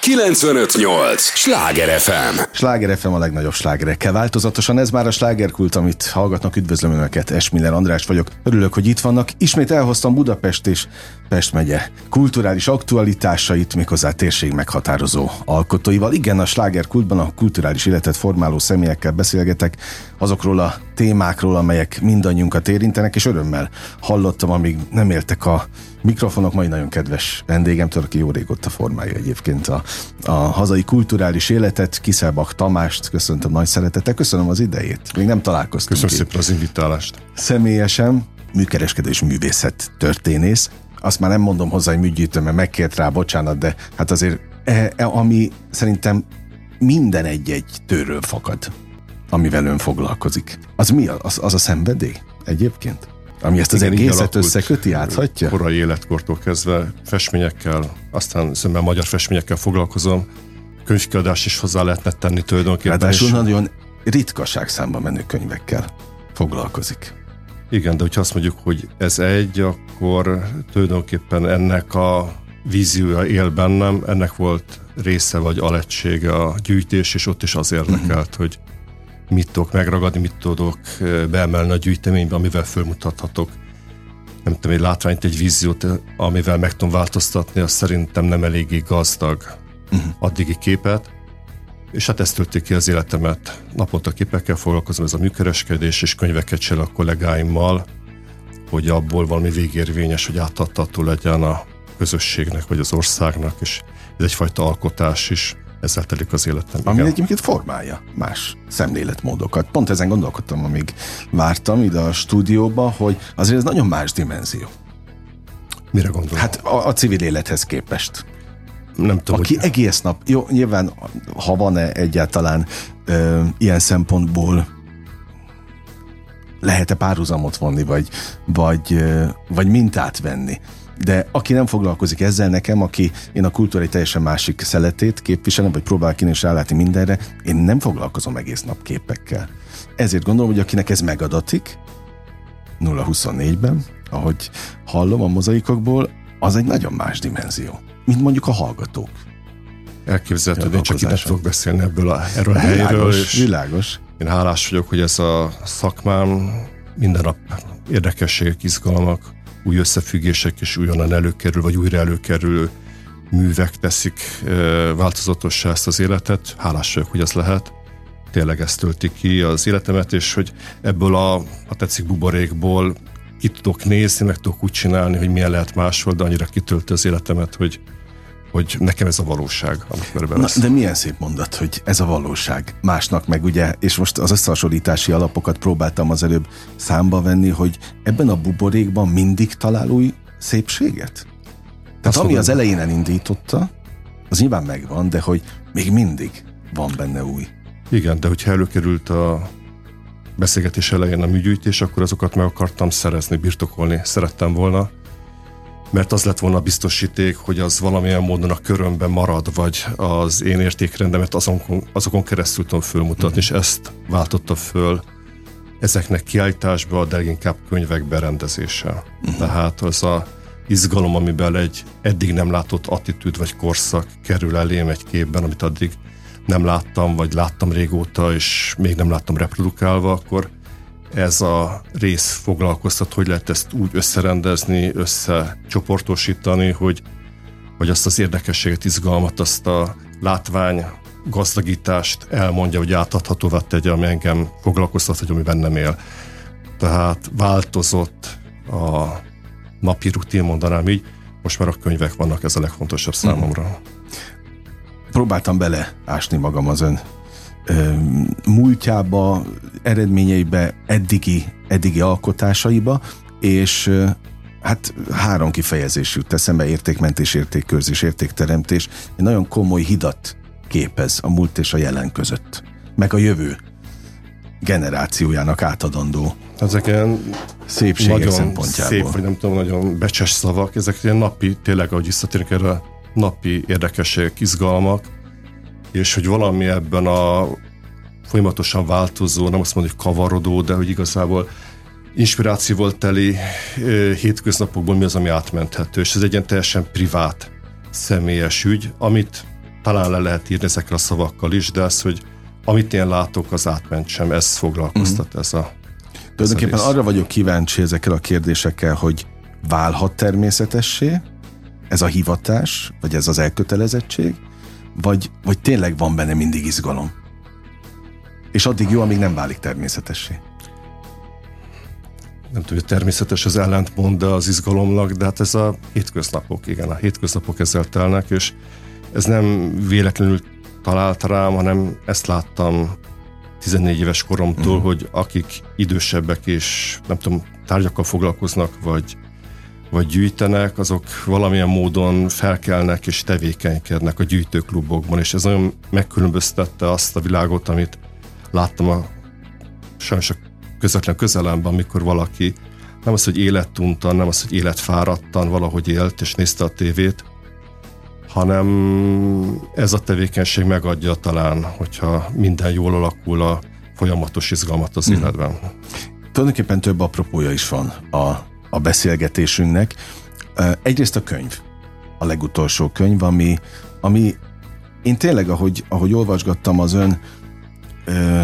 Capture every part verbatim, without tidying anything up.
kilencvenöt nyolc Sláger ef em. Sláger ef em a legnagyobb slágerekkel változatosan. Ez már a slágerkult, amit hallgatnak. Üdvözlöm Önöket, Esmiller András vagyok. Örülök, hogy itt vannak. Ismét elhoztam Budapest és Pest megye kulturális aktualitásait, méghozzá térség meghatározó alkotóival. Igen, a slágerkultban a kulturális életet formáló személyekkel beszélgetek, azokról a témákról, amelyek mindannyiunkat érintenek, és örömmel hallottam, amíg nem éltek a mikrofonok, majd nagyon kedves vendégemtől, aki jó régóta formálja egyébként a, a hazai kulturális életet, Kiszelbach Tamást köszöntöm nagy szeretettel, köszönöm az idejét, még nem találkoztunk. Köszönöm szépen az invitálást. Személyesen műkereskedő és művészet történész, azt már nem mondom hozzá, hogy műgyűjtő, mert megkért rá, bocsánat, de hát azért e, e, ami szerintem minden egy-egy tőről fakad, amivel ön foglalkozik. Az mi? Az, az a szenvedély egyébként? Ami ezt az igen, egészet összeköti, áthatja? Korai életkortól kezdve festményekkel, aztán szemben magyar festményekkel foglalkozom. Könyvkiadást is hozzá lehetne tenni tulajdonképpen. Ráadásul nagyon ritkaság számba menő könyvekkel foglalkozik. Igen, de hogyha azt mondjuk, hogy ez egy, akkor tulajdonképpen ennek a víziója él bennem, ennek volt része vagy alegysége a gyűjtés, és ott is az érdekelt, uh-huh. hogy mit tudok megragadni, mit tudok beemelni a gyűjteménybe, amivel fölmutathatok. Nem tudom, egy látványt, egy víziót, amivel meg tudom változtatni, az szerintem nem eléggé gazdag uh-huh. addigi képet. És hát ezt tölti ki az életemet. Naponta képekkel foglalkozom, ez a műkereskedés, és könyveket csinálok a kollégáimmal, hogy abból valami végérvényes, hogy átadható legyen a közösségnek, vagy az országnak, és ez egyfajta alkotás is. Ezzel telik az életem. Ami egyébként formálja más szemléletmódokat. Pont ezen gondolkodtam, amíg vártam ide a stúdióba, hogy azért ez nagyon más dimenzió. Mire gondolom? Hát a, a civil élethez képest. Nem tudom, Aki hogy... egész nap, jó, nyilván, ha van-e egyáltalán ö, ilyen szempontból lehet-e párhuzamot vonni, vagy, vagy, ö, vagy mintát venni. De aki nem foglalkozik ezzel, nekem, aki én a kultúra egy teljesen másik szeletét képviselem, vagy próbálok én is rálátni mindenre, én nem foglalkozom egész nap képekkel. Ezért gondolom, hogy akinek ez megadatik, nulla huszonnégyben, ahogy hallom a mozaikokból, az egy nagyon más dimenzió, mint mondjuk a hallgatók. Elképzelhető, én csak itt nem tudok beszélni ebből a, erről a világos, helyről, és világos. Én hálás vagyok, hogy ez a szakmám minden nap érdekességek, izgalmak, új összefüggések és újonnan előkerül, vagy újra előkerülő művek teszik e, változatossá ezt az életet. Hálás vagyok, hogy ez lehet. Tényleg ezt tölti ki az életemet, és hogy ebből a, ha tetszik, buborékból ki tudok nézni, meg tudok úgy csinálni, hogy milyen lehet máshol, de annyira kitölti az életemet, hogy, hogy nekem ez a valóság, amikor Na, de milyen szép mondat, hogy ez a valóság. Másnak meg ugye, és most az összehasonlítási alapokat próbáltam az előbb számba venni, hogy ebben a buborékban mindig talál új szépséget? Tehát Azt ami mondom, az elején elindította, az nyilván megvan, de hogy még mindig van benne új. Igen, de hogyha előkerült a beszélgetés elején a műgyűjtés, akkor azokat meg akartam szerezni, birtokolni szerettem volna, mert az lett volna biztosíték, hogy az valamilyen módon a körömben marad, vagy az én értékrendemet azon, azokon keresztül tudom fölmutatni, mm. és ezt váltotta föl ezeknek kiállításba, de leginkább könyvek berendezése. Mm. Tehát az a izgalom, amiben egy eddig nem látott attitűd vagy korszak kerül elém egy képben, amit addig nem láttam, vagy láttam régóta, és még nem láttam reprodukálva, akkor ez a rész foglalkoztat, hogy lehet ezt úgy összerendezni, összecsoportosítani, hogy, hogy azt az érdekességet, izgalmat, azt a látvány gazdagítást elmondja, hogy átadhatóvá tegye, ami engem foglalkoztat, hogy ami bennem él. Tehát változott a napi rutin, mondanám így, most már a könyvek vannak, ez a legfontosabb számomra. Mm. Próbáltam beleásni magam az ön ö, múltjába, eredményeibe, eddigi, eddigi alkotásaiba, és ö, hát három kifejezés jut eszembe: értékmentés, értékkörzés, értékteremtés. Egy nagyon komoly hidat képez a múlt és a jelen között, meg a jövő generációjának átadandó ezek ilyen szépségek nagyon szempontjából. Szép, vagy nem tudom, nagyon becses szavak, ezek ilyen napi, tényleg, ahogy visszatérünk erre, napi érdekességek, izgalmak, és hogy valami ebben a folyamatosan változó, nem azt mondom, hogy kavarodó, de hogy igazából inspirációval teli hétköznapokból mi az, ami átmenthető, és ez egy ilyen teljesen privát, személyes ügy, amit talán le lehet írni ezekkel a szavakkal is, de az, hogy amit én látok, az átment sem, ez foglalkoztat, mm. ez a Tulajdonképpen arra vagyok kíváncsi ezekkel a kérdésekkel, hogy válhat természetessé ez a hivatás, vagy ez az elkötelezettség, vagy, vagy tényleg van benne mindig izgalom? És addig jó, amíg nem válik természetessé. Nem tudja, természetes az ellentmond az izgalomnak, de hát ez a hétköznapok, igen, a hétköznapok ezzel telnek, és ez nem véletlenül talált rám, hanem ezt láttam tizennégy éves koromtól, uh-huh. hogy akik idősebbek és nem tudom, tárgyakkal foglalkoznak, vagy, vagy gyűjtenek, azok valamilyen módon felkelnek és tevékenykednek a gyűjtőklubokban, és ez nagyon megkülönböztette azt a világot, amit láttam a sajnos a közvetlen közelemben, amikor valaki nem az, hogy életuntan, nem az, hogy életfáradtan valahogy élt és nézte a tévét, hanem ez a tevékenység megadja talán, hogyha minden jól alakul, a folyamatos izgalmat az hmm. életben. Tulajdonképpen több apropója is van a, a beszélgetésünknek. Egyrészt a könyv, a legutolsó könyv, ami, ami én tényleg, ahogy, ahogy olvasgattam az ön ö,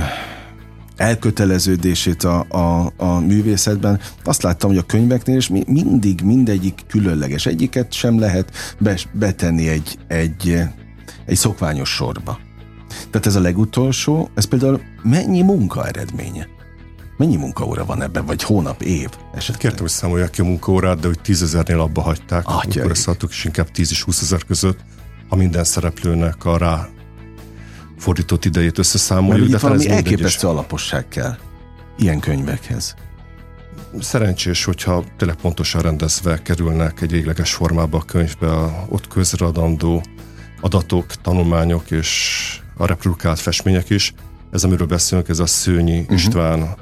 elköteleződését a, a, a művészetben, azt láttam, hogy a könyveknél is mindig mindegyik különleges. Egyiket sem lehet be, betenni egy, egy, egy szokványos sorba. Tehát ez a legutolsó, ez például mennyi munka eredménye? Mennyi munkaóra van ebben, vagy hónap, év esetleg? Kértem, hogy számolják ki a munkaórát, de hogy tízezernél abba hagyták, Atya akkor ezt adtuk is inkább tíz és húszezer között, ha minden szereplőnek a rá fordított idejét összeszámoljuk. De valami elképesztő alaposság kell ilyen könyvekhez. Szerencsés, hogyha tényleg pontosan rendezve kerülnek egy végleges formába a könyvbe, a ott közreadandó adatok, tanulmányok és a reprodukált festmények is. Ez, amiről beszélünk, ez a Szőnyi uh-huh. István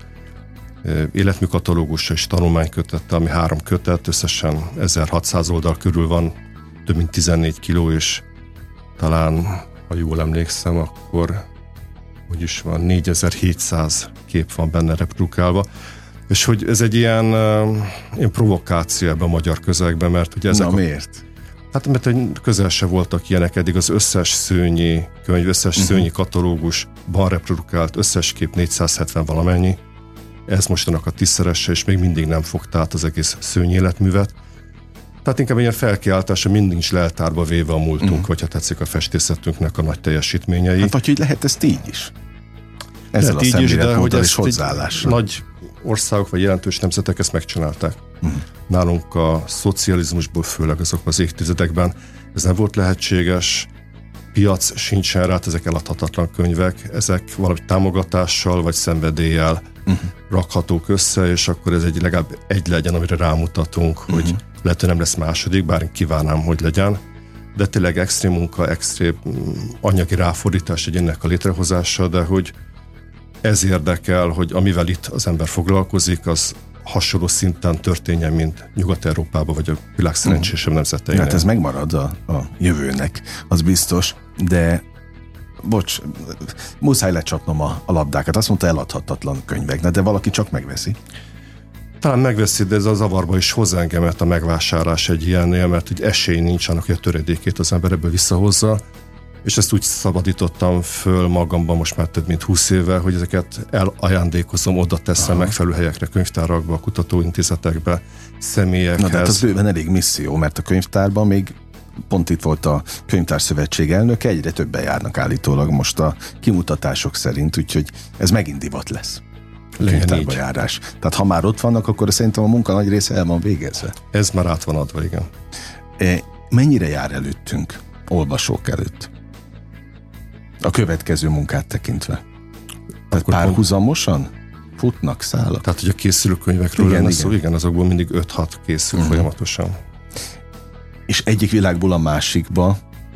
életműkatalógusa és tanulmánykötete, ami három kötet, összesen ezerhatszáz oldal körül van, több mint tizennégy kiló, és talán, ha jól emlékszem, akkor hogy is van, négyezer-hétszáz kép van benne reprodukálva, és hogy ez egy ilyen, ilyen provokáció ebben a magyar közegben, mert ugye ezek... Na, miért? Hát mert közel se voltak ilyenek eddig, az összes Szőnyi könyv, összes uh-huh. Szőnyi katalógusban reprodukált összes kép négyszázhetven valamennyi. Ez mostanak a tízszerese, és még mindig nem fogta át az egész Szőnyi életművet. Tehát inkább ilyen felkiáltása mindig is leltárba véve a múltunk, uh-huh. vagy ha tetszik a festészetünknek a nagy teljesítményei. Hát vagy hogy lehet ezt így is? Ezzel a szemléletmóddal és hozzáállással. Nagy országok vagy jelentős nemzetek ezt megcsinálták. Uh-huh. Nálunk a szocializmusból, főleg azok az évtizedekben ez nem volt lehetséges, piac sincsen rá, ezek eladhatatlan könyvek, ezek valami támogatással vagy szenvedéllyel uh-huh. rakhatók össze, és akkor ez egy legalább egy legyen, amire rámutatunk, uh-huh. hogy lehet, hogy nem lesz második, bár én kívánnám, hogy legyen, de tényleg extrém munka, extrém anyagi ráfordítás egy ennek a létrehozása, de hogy ez érdekel, hogy amivel itt az ember foglalkozik, az hasonló szinten történjen, mint Nyugat-Európában, vagy a világ szerencsésebb nemzeteinek. Hát ez megmarad a, a jövőnek, az biztos, de bocs, muszáj lecsapnom a, a labdákat. Azt mondta, eladhatatlan könyvek, de valaki csak megveszi. Talán megveszi, de ez a zavarba is hozzá engemet a megvásárlás egy ilyennél, mert hogy esély nincs annak, hogy a töredékét az ember ebből visszahozza, és ezt úgy szabadítottam föl magamban most már több mint húsz éve, hogy ezeket elajándékozom, oda teszem Aha. megfelelő helyekre, könyvtárakba, kutatóintézetekbe, személyekhez. Na, de hát az bőven elég misszió, mert a könyvtárban még pont itt volt a Könyvtárszövetség elnöke, egyre többen járnak állítólag most a kimutatások szerint, úgyhogy ez megint divat lesz. Könyvtárba járás. Tehát ha már ott vannak, akkor szerintem a munka nagy része el van végezve. Ez már át van adva, igen. E, mennyire jár előttünk, olvasók előtt? A következő munkát tekintve. Tehát párhuzamosan futnak, szállak? Tehát, hogy a készülő könyvekről igen, lenne igen. szó, igen, azokból mindig öt-hat készül uh-huh. folyamatosan. És egyik világból a másikba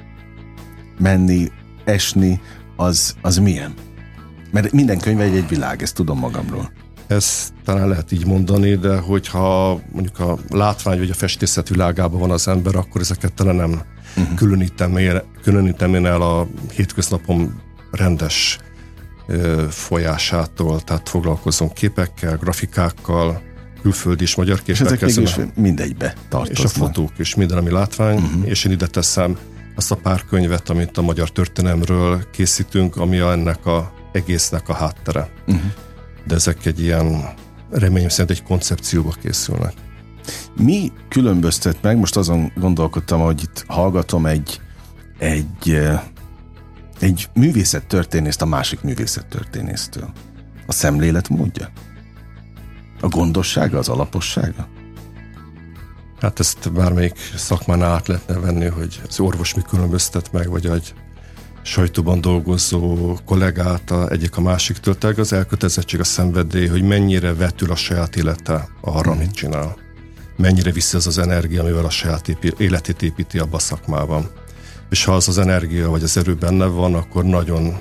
menni, esni, az, az milyen? Mert minden könyv egy, egy világ, ezt tudom magamról. Ezt talán lehet így mondani, de hogyha mondjuk a látvány vagy a festészet világában van az ember, akkor ezeket talán nem uh-huh. különítem, különítem én el a hétköznapom rendes ö, folyásától, tehát foglalkozom képekkel, grafikákkal, külföldi és magyar képekkel. És ezek mégis mindegybe tartoznak. És a fotók és minden, ami látvány, uh-huh. és én ide teszem azt a pár könyvet, amit a magyar történelemről készítünk, ami ennek a egésznek a háttere. Uh-huh. De ezek egy ilyen, reményem szerint egy koncepcióba készülnek. Mi különböztet meg, most azon gondolkodtam, hogy itt hallgatom egy, egy, egy művészettörténészt a másik művészettörténésztől. A szemléletmódja? A gondossága, az alapossága? Hát ezt bármelyik szakmánál át lehetne venni, hogy az orvos mi különböztet meg, vagy egy sajtóban dolgozó kollégát a egyik a másiktól, tehát az elkötelezettség, a szenvedély, hogy mennyire vetül a saját élete arra, mm. amit csinál. Mennyire viszi az az energia, amivel a saját épi, életét építi abba a szakmában. És ha az az energia, vagy az erő benne van, akkor nagyon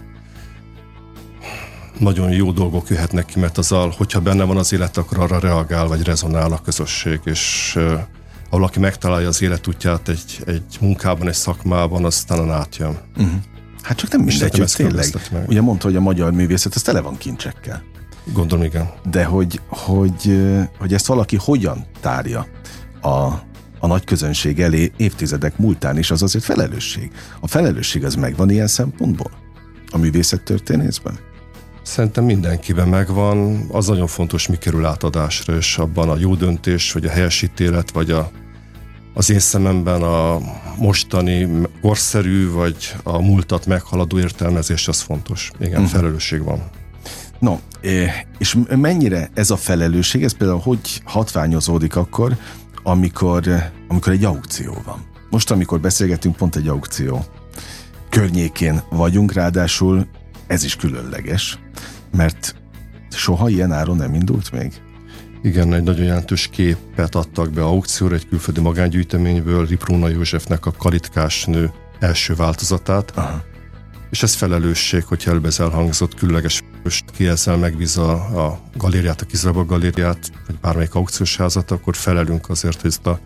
nagyon jó dolgok jöhetnek ki, mert azzal, hogyha benne van az élet, akkor arra reagál, vagy rezonál a közösség, és uh, ha valaki megtalálja az életútját egy, egy munkában, egy szakmában, aztán átjön. Uh-huh. Hát csak nem mindegy, hogy tényleg. Ugye mondta, hogy a magyar művészet, ez tele van kincsekkel. Gondolom, igen. De hogy, hogy, hogy ezt valaki hogyan tárja a, a nagy közönség elé évtizedek múltán is, az azért felelősség. A felelősség az megvan ilyen szempontból? A művészettörténészben? Szerintem mindenkiben megvan. Az nagyon fontos, mi kerül átadásra, és abban a jó döntés, vagy a helyes ítélet, vagy a, az én szememben a mostani korszerű, vagy a múltat meghaladó értelmezés, az fontos. Igen, uh-huh. felelősség van. No, és mennyire ez a felelősség, ez például hogy hatványozódik akkor, amikor, amikor egy aukció van? Most, amikor beszélgetünk, pont egy aukció környékén vagyunk, ráadásul ez is különleges, mert soha ilyen áron nem indult még? Igen, egy nagyon jelentős képet adtak be aukcióra egy külföldi magángyűjteményből, Ripróna Józsefnek a Kalitkás nő első változatát. Aha. És ez felelősség, hogyha előbb ez elhangzott, különleges, ki ezzel megbízza a galériát, a Kizilba galériát, vagy bármelyik aukciós házat, akkor felelünk azért, hogy ezt a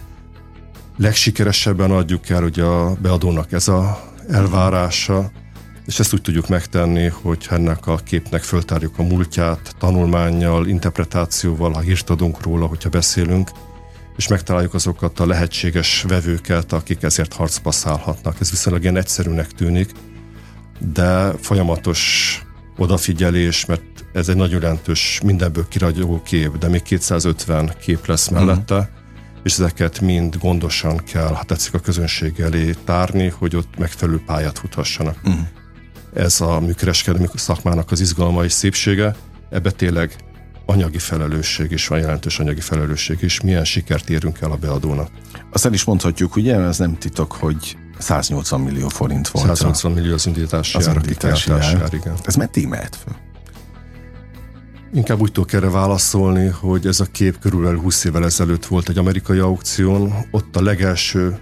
legsikeresebben adjuk el, ugye a beadónak ez a elvárása, és ezt úgy tudjuk megtenni, hogy ennek a képnek föltárjuk a múltját, tanulmánnyal, interpretációval, ha hírt adunk róla, hogyha beszélünk, és megtaláljuk azokat a lehetséges vevőket, akik ezért harcba szállhatnak. Ez viszonylag ilyen egyszerűnek tűnik, de folyamatos odafigyelés, mert ez egy nagyon jelentős, mindenből kiragyogó kép, de még kétszázötven kép lesz mellette, uh-huh. és ezeket mind gondosan kell, ha tetszik, a közönség elé tárni, hogy ott megfelelő pályát futhassanak. Uh-huh. Ez a műkereskedelmi szakmának az izgalma és szépsége, ebbe tényleg anyagi felelősség is van, jelentős anyagi felelősség is, milyen sikert érünk el a beadónak. Azt el is mondhatjuk, ugye, ez nem titok, hogy száznyolcvan millió forint volt. száznyolcvan millió az indítási ár, indítási ár, igen. Ez meddig mehet föl? Inkább úgy tudok erre válaszolni, hogy ez a kép körülbelül húsz évvel ezelőtt volt egy amerikai aukción, ott a legelső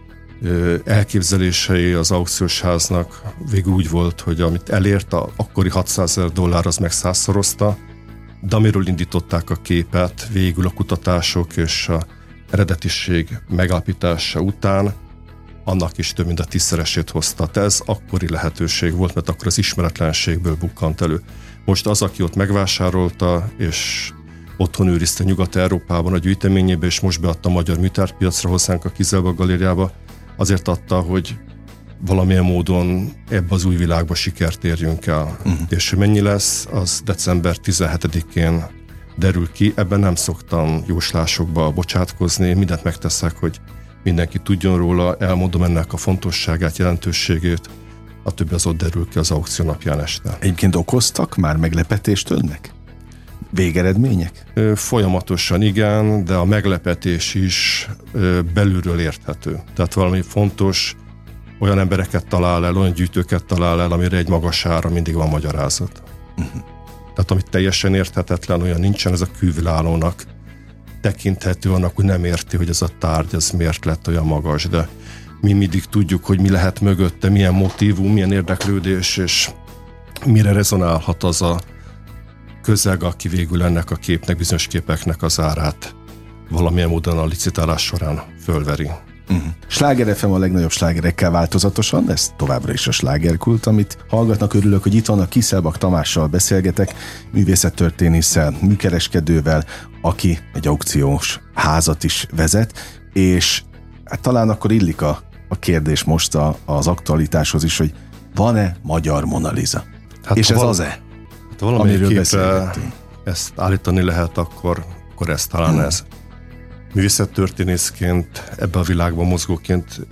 elképzelései az aukciós háznak végül úgy volt, hogy amit elért, a akkori hatszázezer dollár az meg százszorozta, de amiről indították a képet, végül a kutatások és a eredetiség megállapítása után annak is több mint a tízszeresét hozta. Tehát ez akkori lehetőség volt, mert akkor az ismeretlenségből bukkant elő. Most az, aki ott megvásárolta, és otthon őrizte Nyugat-Európában a gyűjteményébe, és most beadta a magyar műtárpiacra hozzánk a Kizilba galériába, azért adta, hogy valamilyen módon ebbe az új világba sikert érjünk el. Uh-huh. És mennyi lesz, az december tizenhetedikén derül ki. Ebben nem szoktam jóslásokba bocsátkozni, mindent megteszek, hogy mindenki tudjon róla, elmondom ennek a fontosságát, jelentőségét, a többi az ott derül ki az aukció napján este. Egyébként okoztak már meglepetést önnek? Végeredmények? Ö, folyamatosan igen, de a meglepetés is ö, belülről érthető. Tehát valami fontos, olyan embereket talál el, olyan gyűjtőket talál el, amire egy magas ára mindig van magyarázat. Uh-huh. Tehát amit teljesen érthetetlen, olyan nincsen, ez a külviláglónak tekinthető, annak, hogy nem érti, hogy ez a tárgy, ez miért lett olyan magas, de mi mindig tudjuk, hogy mi lehet mögötte, milyen motívum, milyen érdeklődés, és mire rezonálhat az a közeg, aki végül ennek a képnek, bizonyos képeknek az árát valamilyen módon a licitálás során fölveri. Uh-huh. Sláger ef em a legnagyobb slágerekkel változatosan, ez továbbra is a slágerkult, amit hallgatnak. Örülök, hogy itt van a Kiszelbak Tamással beszélgetek, művészettörténésszel, műkereskedővel, aki egy aukciós házat is vezet, és hát talán akkor illik a a kérdés most a, az aktualitáshoz is, hogy van-e magyar Mona Lisa? Hát és ez val- az-e? Hát amiről beszélgettünk. Ezt állítani lehet, akkor, akkor ez talán hmm. ez. Művészettörténészként, ebbe a világban mozgóként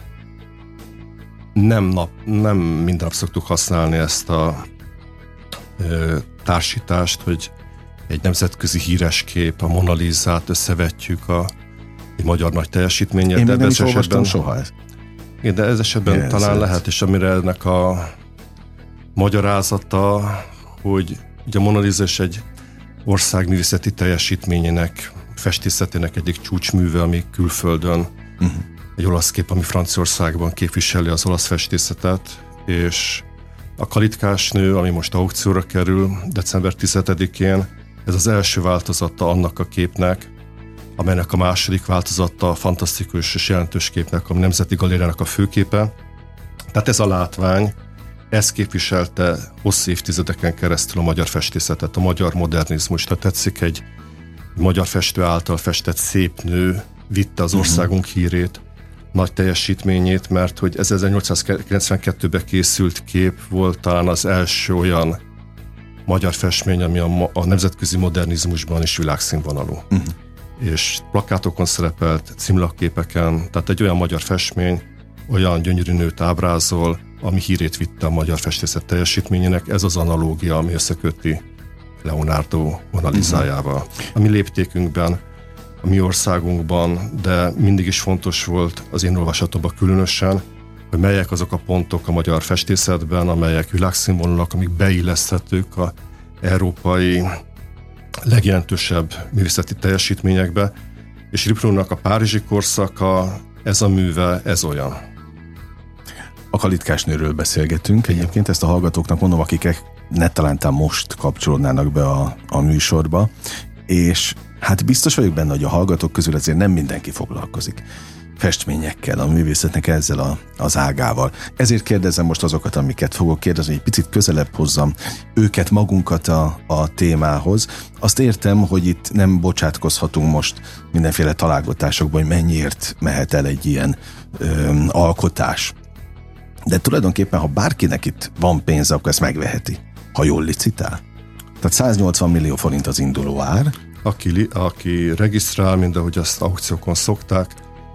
nem, nap, nem minden nap szoktuk használni ezt a ö, társítást, hogy egy nemzetközi híres kép, a Mona Lisát összevetjük a, egy magyar nagy teljesítménnyel. Én még nem is olvastam soha ezt. Igen, de ez esetben Igen, talán szeret. lehet, és amire ennek a magyarázata, hogy ugye a Mona Lisa is egy ország művészeti teljesítményének, festészetének egyik csúcsműve, ami külföldön uh-huh. egy olasz kép, ami Franciaországban képviseli az olasz festészetet, és a Kalitkás nő, ami most aukcióra kerül december tizenhetedikén, ez az első változata annak a képnek, amelynek a második változata a fantasztikus és jelentős képnek, a Nemzeti Galériának a főképe. Tehát ez a látvány, ez képviselte hosszú évtizedeken keresztül a magyar festészetet, a magyar modernizmus. Tehát tetszik, egy magyar festő által festett szép nő vitte az országunk hírét, nagy teljesítményét, mert hogy ez ezernyolcszázkilencvenkettőben készült kép volt talán az első olyan magyar festmény, ami a, a nemzetközi modernizmusban is világszínvonalú. Uh-huh. És plakátokon szerepelt, címlakképeken, tehát egy olyan magyar festmény, olyan gyönyörű nőt ábrázol, ami hírét vitte a magyar festészet teljesítményének. Ez az analógia, ami összeköti Leonardo Mona Lisájával. Uh-huh. A mi léptékünkben, a mi országunkban, de mindig is fontos volt az én olvasatomban különösen, hogy melyek azok a pontok a magyar festészetben, amelyek világszínvonalak, amik beilleszthetők a európai legjelentősebb művészeti teljesítményekbe, és Riplónak a párizsi korszaka, ez a műve, ez olyan. A Kalitkás nőről beszélgetünk. Egyébként ezt a hallgatóknak mondom, akik ne talántán most kapcsolódnának be a, a műsorba, és hát biztos vagyok benne, hogy a hallgatók közül azért nem mindenki foglalkozik festményekkel, a művészetnek ezzel a, az ágával. Ezért kérdezem most azokat, amiket fogok kérdezni, hogy picit közelebb hozzam őket, magunkat a, a témához. Azt értem, hogy itt nem bocsátkozhatunk most mindenféle találgatásokban, hogy mennyiért mehet el egy ilyen ö, alkotás. De tulajdonképpen, ha bárkinek itt van pénze, akkor ezt megveheti, ha jól licitál. Tehát száznyolcvan millió forint az induló ár. Aki, aki regisztrál, mint ahogy azt aukciókon szokták,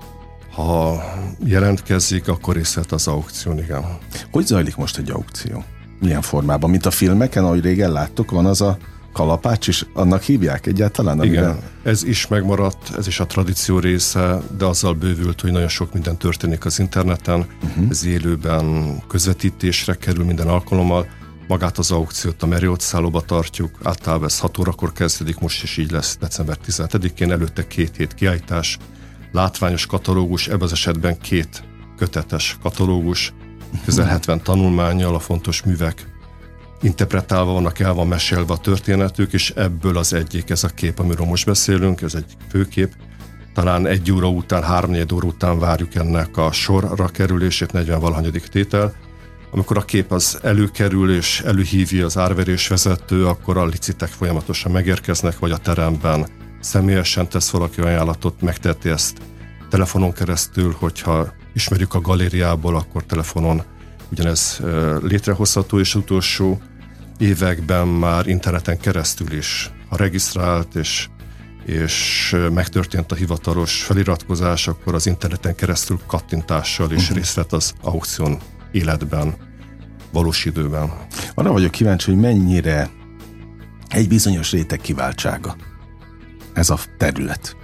ha jelentkezik, akkor részt vett az aukción, igen. Hogy zajlik most egy aukció? Milyen formában? Mint a filmeken, ahogy régen láttuk, van az a kalapács is, annak hívják egyáltalán? Igen, amiben... ez is megmaradt, ez is a tradíció része, de azzal bővült, hogy nagyon sok minden történik az interneten, uh-huh. ez élőben közvetítésre kerül minden alkalommal. Magát az aukciót a Marriott szállóba tartjuk, általában ez hat órakor kezdődik, most is így lesz december tizenhetedikén, előtte két hét kiállítás, látványos katalógus, ebben az esetben két kötetes katalógus, közel hetven tanulmánnyal, a fontos művek interpretálva vannak, el van mesélve a történetük, és ebből az egyik ez a kép, amiről most beszélünk, ez egy főkép. Talán egy óra után, háromnegyed óra után várjuk ennek a sorra kerülését, negyven-valahanyadik tétel. Amikor a kép az előkerül és előhívja az árverés vezető, akkor a licitek folyamatosan megérkeznek, vagy a teremben személyesen tesz valaki ajánlatot, megteheti ezt telefonon keresztül, hogyha ismerjük a galériából, akkor telefonon ugyanez létrehozható, és utolsó években már interneten keresztül is, ha regisztrált és, és megtörtént a hivatalos feliratkozás, akkor az interneten keresztül kattintással is uh-huh. részt vett az aukción életben, valós időben. Arra vagyok kíváncsi, hogy mennyire egy bizonyos réteg kiváltsága ez a terület.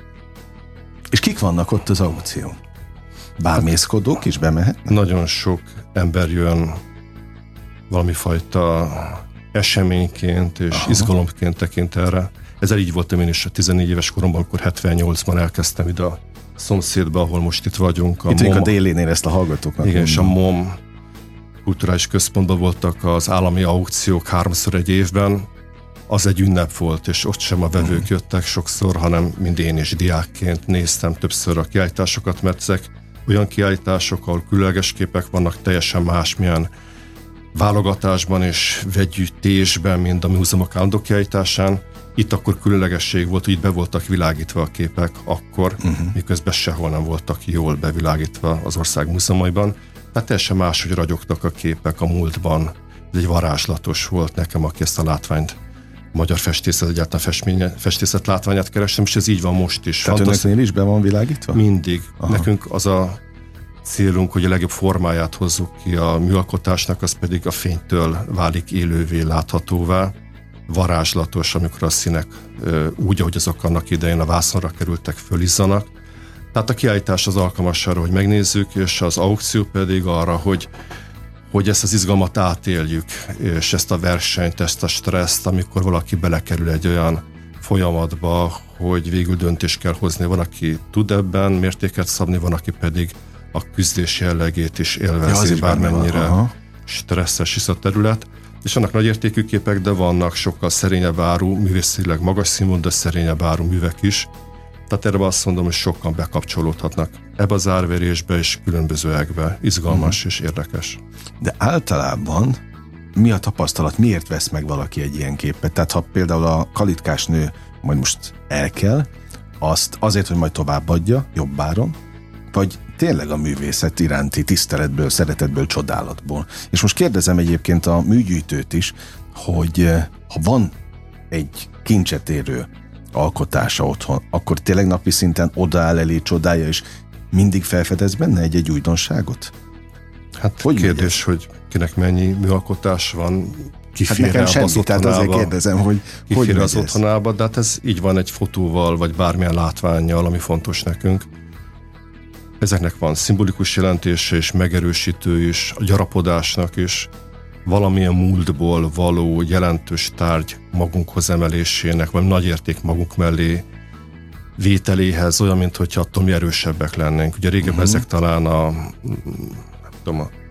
És kik vannak ott az aukción? Bámészkodók is bemehetnek? Nagyon sok ember jön valami fajta eseményként és Aha. izgalomként tekint erre. Ezzel így voltam én is a tizennégy éves koromban, amikor hetvennyolcban elkezdtem ide a szomszédba, ahol most itt vagyunk. A itt mom, a délénél ezt a hallgatóknak. Igen, és a MOM kulturális központban voltak az állami aukciók háromszor egy évben. Az egy ünnep volt, és ott sem a vevők jöttek sokszor, hanem mind én is diákként néztem többször a kiállításokat, mert ezek olyan kiállítások, ahol különleges képek vannak teljesen másmilyen válogatásban és vegyütésben, mint a múzeumok állandó kiállításán. Itt akkor különlegesség volt, hogy itt be voltak világítva a képek akkor, uh-huh. miközben sehol nem voltak jól bevilágítva az ország múzeumaiban. Tehát teljesen máshogy ragyogtak a képek a múltban. Ez egy varázslatos volt nekem, aki ezt a látványt, a magyar festészet, egyáltalán festészet látványát kerestem, és ez így van most is. Tehát Fantasz... önöknél is be van világítva? Mindig. Aha. Nekünk az a célunk, hogy a legjobb formáját hozzuk ki a műalkotásnak, az pedig a fénytől válik élővé, láthatóvá. Varázslatos, amikor a színek úgy, ahogy azok annak idején a vászonra kerültek, fölizzanak. Tehát a kiállítás az alkalmas arra, hogy megnézzük, és az aukció pedig arra, hogy, hogy ezt az izgalmat átéljük, és ezt a versenyt, ezt a stresszt, amikor valaki belekerül egy olyan folyamatba, hogy végül döntést kell hozni. Van, aki tud ebben mértéket szabni, van, aki pedig a küzdés jellegét is élvezi, ja, bármennyire stresszes is a terület. És annak nagy értékű képek, de vannak sokkal szerényebb áru, művészileg magas színvonalú, de szerényebb áru művek is. Tehát erre azt mondom, hogy sokan bekapcsolódhatnak ebbe az árverésbe és különbözőekbe. Izgalmas uh-huh. és érdekes. De általában mi a tapasztalat? Miért vesz meg valaki egy ilyen képet? Tehát ha például a kalitkás nő majd most elkel, azt azért, hogy majd továbbadja jobb áron, vagy tényleg a művészet iránti tiszteletből, szeretetből, csodálatból. És most kérdezem egyébként a műgyűjtőt is, hogy ha van egy kincset érő alkotása otthon, akkor tényleg napi szinten odaáll elé, csodálja, és mindig felfedez benne egy-egy újdonságot? Hát hogy kérdés, hogy kinek mennyi műalkotás van, ki hát fér semmi, az otthonába, tehát azért kérdezem, hogy ki hogy fér az otthonába, de hát ez így van egy fotóval, vagy bármilyen látvánnyal, ami fontos nekünk. Ezeknek van szimbolikus jelentése és megerősítő is, a gyarapodásnak is, valamilyen múltból való jelentős tárgy magunkhoz emelésének, vagy nagy érték magunk mellé vételéhez, olyan, mint hogyha attól mi erősebbek lennénk. Ugye régebben uh-huh. ezek talán a, nem tudom, a,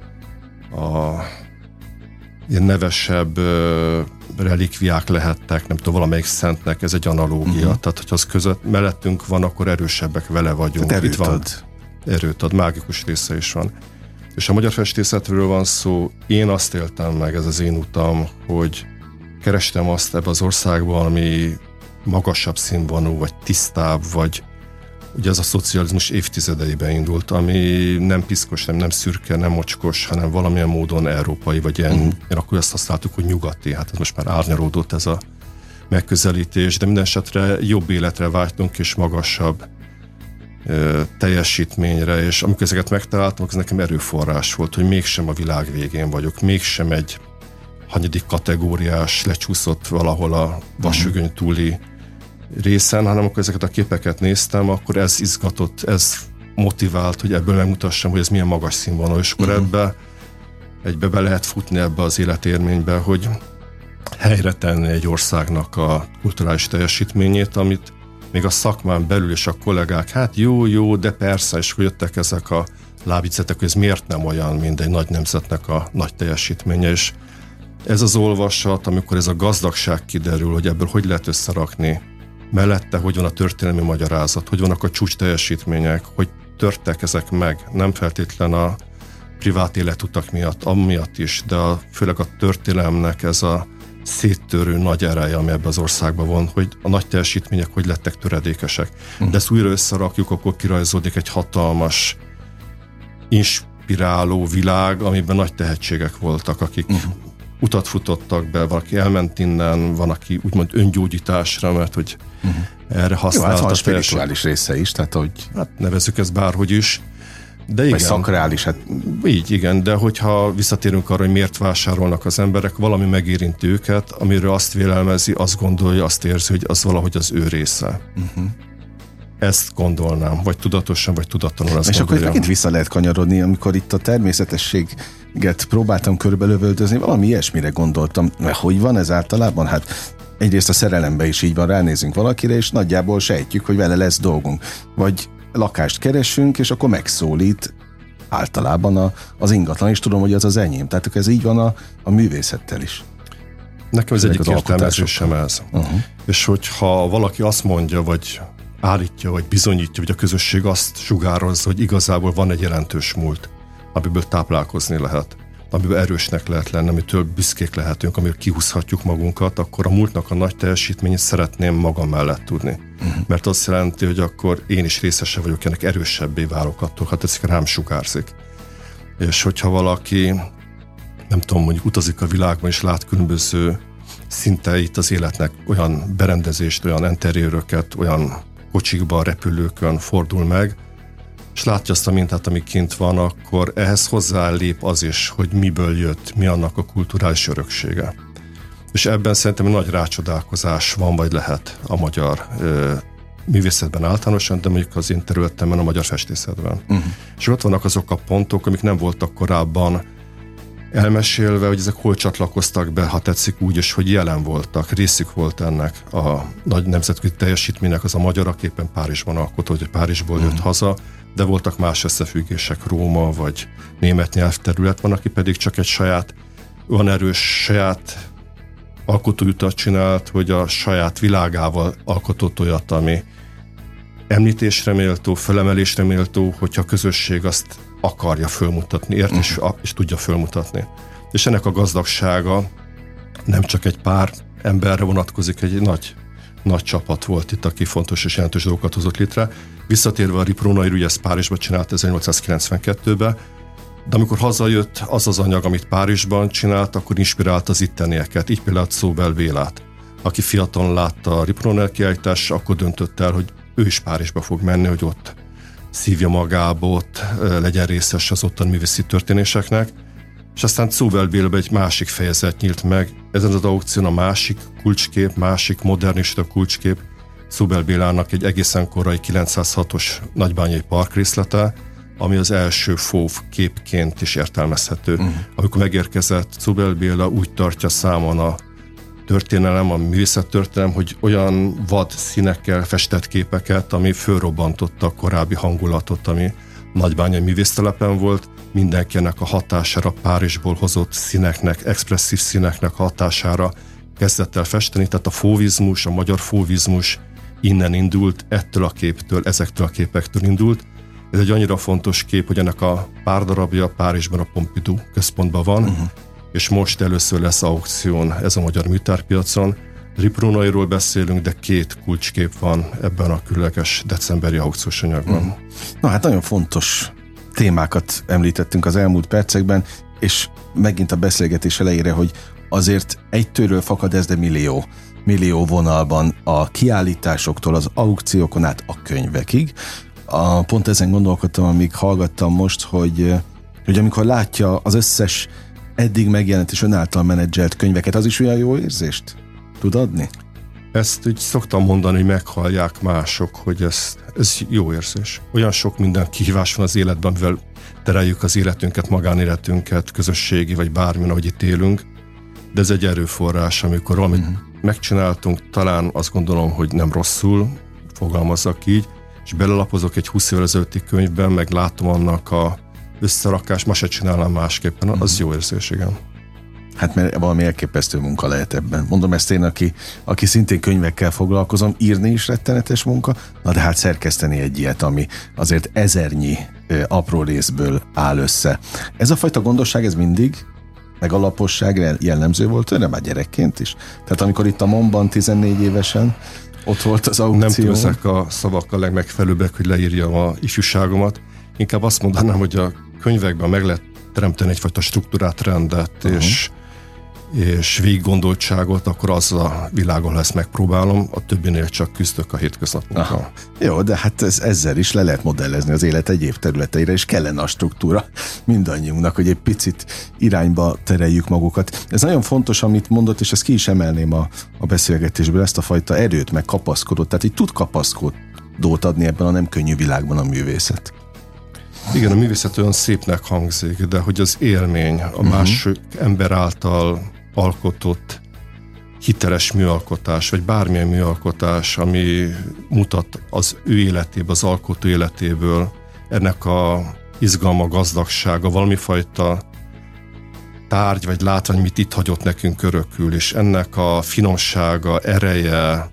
a ilyen nevesebb uh, relikviák lehettek, nem tudom, valamelyik szentnek, ez egy analógia. Uh-huh. Tehát, hogyha az között mellettünk van, akkor erősebbek, vele vagyunk. Tehát erőt van, ad. Erőt ad, mágikus része is van. És a magyar festészetről van szó, én azt éltem meg, ez az én utam, hogy kerestem azt ebbe az országban, ami magasabb színvonalú, vagy tisztább, vagy ugye az a szocializmus évtizedeiben indult, ami nem piszkos, nem, nem szürke, nem mocskos, hanem valamilyen módon európai, vagy ilyen, uh-huh. én akkor azt használtuk, hogy nyugati, hát ez most már árnyalódott ez a megközelítés, de minden esetre jobb életre vágytunk, és magasabb ö, teljesítményre, és amikor ezeket megtaláltam, ez nekem erőforrás volt, hogy mégsem a világ végén vagyok, mégsem egy hanyadik kategóriás lecsúszott valahol a vasfüggöny túli részen, hanem akkor ezeket a képeket néztem, akkor ez izgatott, ez motivált, hogy ebből megmutassam, hogy ez milyen magas színvonal, és akkor uh-huh. ebbe egybe be lehet futni ebbe az életérménybe, hogy helyre tenni egy országnak a kulturális teljesítményét, amit még a szakmán belül és a kollégák, hát jó, jó, de persze, és hogy jöttek ezek a lábjegyzetek, hogy ez miért nem olyan, mint egy nagy nemzetnek a nagy teljesítménye, és ez az olvasat, amikor ez a gazdagság kiderül, hogy ebből hogy lehet összerakni, mellette hogy van a történelmi magyarázat, hogy vannak a csúcs teljesítmények, hogy törtek ezek meg, nem feltétlen a privát életutak miatt, amiatt is, de a, főleg a történelemnek ez a széttörő nagy ereje, ami ebben az országban van, hogy a nagy teljesítmények hogy lettek töredékesek. Uh-huh. De ezt újra összerakjuk, akkor kirajzódik egy hatalmas, inspiráló világ, amiben nagy tehetségek voltak, akik uh-huh. utat futottak be, valaki elment innen, van, aki úgymond öngyógyításra, mert hogy uh-huh. erre használta. Jó, hát van a spirituális része is, tehát hogy... Hát nevezzük ezt bárhogy is. De igen. Vagy szakrális, hát... Így, igen, de hogyha visszatérünk arra, hogy miért vásárolnak az emberek, valami megérinti őket, amiről azt vélelmezi, azt gondolja, azt érzi, hogy az valahogy az ő része. Uh-huh. Ezt gondolnám, vagy tudatosan, vagy tudatlanul ezt És gondoljam. akkor megint vissza lehet kanyarodni, amikor itt a természetességet próbáltam körbelövöldözni, valami ilyesmire gondoltam, mert hogy van ez általában? Hát egyrészt a szerelemben is így van, ránézünk valakire, és nagyjából sejtjük, hogy vele lesz dolgunk. Vagy lakást keresünk, és akkor megszólít általában a, az ingatlan, és tudom, hogy az az enyém. Tehát ez így van a, a művészettel is. Nekem ez egyik értelmezésem ez. Uh-huh. És hogyha valaki azt mondja, vagy állítja, vagy bizonyítja, vagy a közösség azt sugározza, hogy igazából van egy jelentős múlt, amiből táplálkozni lehet. amiben erősnek lehet lenni, amitől büszkék lehetünk, amivel kihúzhatjuk magunkat, akkor a múltnak a nagy teljesítményét szeretném magam mellett tudni. Uh-huh. Mert azt jelenti, hogy akkor én is részese vagyok, ennek erősebbé válok attól, hát ez rám sugárzik. És hogyha valaki, nem tudom, mondjuk utazik a világban, és lát különböző szinteit az életnek, olyan berendezést, olyan interiőröket, olyan kocsikban, repülőkön fordul meg, és látja azt a mintát, ami kint van, akkor ehhez hozzálép az is, hogy miből jött, mi annak a kulturális öröksége. És ebben szerintem nagy rácsodálkozás van, vagy lehet a magyar ö, művészetben általánosan, de mondjuk az én területemben, a magyar festészetben. Uh-huh. És ott vannak azok a pontok, amik nem voltak korábban elmesélve, hogy ezek hol csatlakoztak be, ha tetszik úgy, és hogy jelen voltak, részük volt ennek a nagy nemzetközi teljesítménynek, az a magyar, aki éppen Párizsban alkotott, hogy Párizsból jött uh-huh. haza, de voltak más összefüggések, Róma vagy német nyelvterület, van, aki pedig csak egy saját, olyan erős saját alkotóutat csinált, hogy a saját világával alkotott olyat, ami említésre méltó, felemelésre méltó, hogyha a közösség azt akarja fölmutatni, ért, uh-huh. és, és tudja fölmutatni. És ennek a gazdagsága nem csak egy pár emberre vonatkozik, egy nagy, nagy csapat volt itt, aki fontos és jelentős dolgokat hozott létre. Visszatérve a Ripronair, ugye ezt Párizsban csinált ezernyolcszázkilencvenkettőben, de amikor hazajött az az anyag, amit Párizsban csinált, akkor inspirált az ittenieket, így például Czóbel Bélát, aki fiatalon látta a Ripronair kiállítást, akkor döntött el, hogy ő is Párizsba fog menni, hogy ott szívja magába, ott legyen részes az ottani művészi történéseknek, és aztán Czóbel Bélben egy másik fejezet nyílt meg. Ezen az aukción a másik kulcskép, másik modernista kulcskép, Czóbel Bélának egy egészen korai kilencszázhatos nagybányai parkrészlete, ami az első fóv képként is értelmezhető. Uh-huh. Amikor megérkezett Czóbel Béla, úgy tartja számon a történelem, a művészettörténelem, hogy olyan vad színekkel festett képeket, ami fölrobbantotta a korábbi hangulatot, ami nagybányai művésztelepen volt, mindenkinek a hatására, Párizsból hozott színeknek, expresszív színeknek hatására kezdett el festeni, tehát a fóvizmus, a magyar fóvizmus innen indult, ettől a képtől, ezektől a képektől indult. Ez egy annyira fontos kép, hogy ennek a pár darabja Párizsban a Pompidou központban van, uh-huh. és most először lesz aukción ez a magyar műtárpiacon. Ripronairról beszélünk, de két kulcskép van ebben a különleges decemberi aukciós anyagban. Uh-huh. Na hát nagyon fontos témákat említettünk az elmúlt percekben, és megint a beszélgetés elejére, hogy azért egy tőről fakad ez, de millió, millió vonalban a kiállításoktól, az aukciókon át a könyvekig. A, pont ezen gondolkodtam, amíg hallgattam most, hogy, hogy amikor látja az összes eddig megjelent és ön által menedzselt könyveket, az is olyan jó érzést tud adni? Ezt úgy szoktam mondani, hogy meghallják mások, hogy ez, ez jó érzés. Olyan sok minden kihívás van az életben, amivel tereljük az életünket, magánéletünket, közösségi vagy bármilyen, ahogy itt élünk, de ez egy erőforrás, amikor valamit uh-huh. megcsináltunk, talán azt gondolom, hogy nem rosszul, fogalmazzak így, és belelapozok egy húsz évvel ezelőtti könyvben, meg látom annak a összerakás, ma se csinálnám másképpen, az uh-huh. jó érzés, igen. Hát mert valami elképesztő munka lehet ebben. Mondom ezt én, aki, aki szintén könyvekkel foglalkozom, írni is rettenetes munka, na de hát szerkeszteni egy ilyet, ami azért ezernyi ö, apró részből áll össze. Ez a fajta gondosság, ez mindig, meg alaposság jellemző volt önre, már gyerekként is? Tehát amikor itt a MOM-ban tizennégy évesen ott volt az aukció. Nem tudom, ezek a szavak a legmegfelelőbbek, hogy leírjam a ifjúságomat. Inkább azt mondanám, hogy a könyvekben meg lehet teremteni egyfajta struktúrát, rendet, uh-huh. és, és végiggondoltságot, akkor az a világon lesz megpróbálom, a többinél csak küzdök a hétköznapokra. Jó, de hát ez, ezzel is le lehet modellezni az élet egyéb területeire, és kellene a struktúra mindannyiunknak, hogy egy picit irányba tereljük magukat. Ez nagyon fontos, amit mondott, és ezt ki is emelném a, a beszélgetésből, ezt a fajta erőt, meg kapaszkodót, tehát így tud kapaszkodót adni ebben a nem könnyű világban a művészet. Igen, a művészet olyan szépnek hangzik, de hogy az élmény, a uh-huh. másik ember által alkotott hiteles műalkotás, vagy bármilyen műalkotás, ami mutat az ő életéből, az alkotó életéből, ennek a izgalma, gazdagsága, valamifajta tárgy vagy látvány, mit itt hagyott nekünk örökül, és ennek a finomsága, ereje,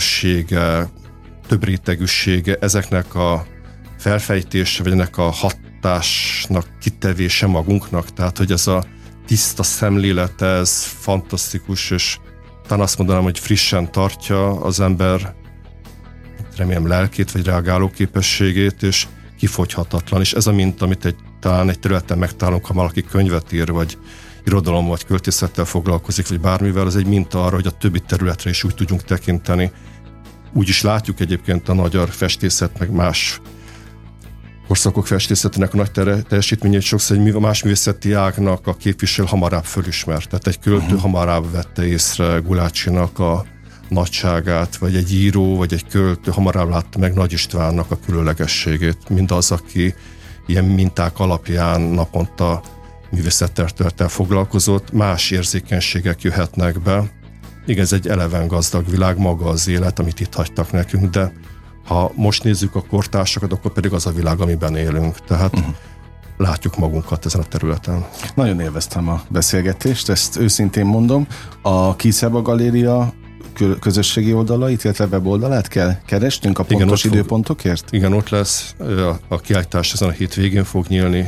trükkössége, többrétegűsége, ezeknek a felfejtése, vagy ennek a hat, hatásnak kitevése magunknak, tehát hogy ez a tiszta szemlélet, ez fantasztikus, és talán azt mondanám, hogy frissen tartja az ember, remélem lelkét, vagy reagáló képességét, és kifogyhatatlan. És ez a minta, amit egy, talán egy területen megtalálunk, ha valaki könyvet ír, vagy irodalom, vagy költészettel foglalkozik, vagy bármivel, az egy minta arra, hogy a többi területre is úgy tudjunk tekinteni. Úgy is látjuk egyébként a magyar festészet, meg más korszakok festészetének a nagy teljesítményét sokszor egy más művészeti ágnak a képvisel hamarabb fölismert. Tehát egy költő uh-huh. hamarabb vette észre Gulácsinak a nagyságát, vagy egy író, vagy egy költő hamarabb látta meg Nagy Istvánnak a különlegességét, mint az, aki ilyen minták alapján naponta művészettörténettel foglalkozott, más érzékenységek jöhetnek be. Igen, ez egy eleven gazdag világ, maga az élet, amit itt hagytak nekünk, de ha most nézzük a kortársakat, akkor pedig az a világ, amiben élünk. Tehát uh-huh. látjuk magunkat ezen a területen. Nagyon élveztem a beszélgetést, ezt őszintén mondom. A Kiszeba Galéria közösségi oldalait, illetve weboldalát kell keresnünk a pontos igen, időpontokért? Fog, igen, ott lesz. A, a kiállítás ezen a hétvégén fog nyílni,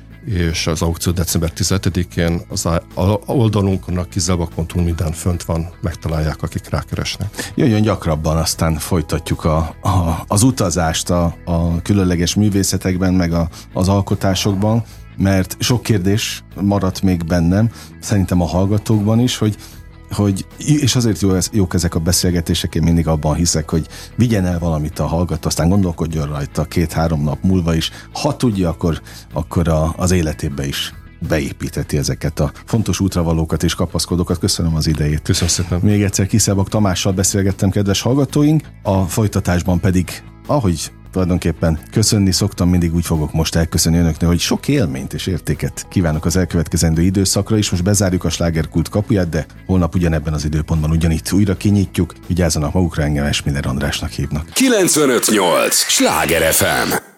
és az aukció december tizenhetedikén az a, a oldalunkon, a kiszeba pont hu minden fönt van, megtalálják, akik rákeresnek. Jöjjön gyakrabban, aztán folytatjuk a, a, az utazást a, a különleges művészetekben, meg a, az alkotásokban, mert sok kérdés maradt még bennem, szerintem a hallgatókban is, hogy hogy, és azért jó, jók ezek a beszélgetések, én mindig abban hiszek, hogy vigyen el valamit a hallgató, aztán gondolkodjon rajta két-három nap múlva is. Ha tudja, akkor, akkor a, az életébe is beépíteti ezeket a fontos útravalókat és kapaszkodókat. Köszönöm az idejét. Köszönöm szépen. Még egyszer Kiszebak Tamással beszélgettem, kedves hallgatóink, a folytatásban pedig, ahogy tulajdonképpen köszönni szoktam, mindig úgy fogok most elköszönni önöknek, hogy sok élményt és értéket kívánok az elkövetkezendő időszakra is. Most bezárjuk a Slágerkult kapuját, de holnap ugyanebben az időpontban ugyanitt újra kinyitjuk. Vigyázzanak magukra, engem Esmiller Andrásnak hívnak. kilencvenöt nyolc Sláger ef em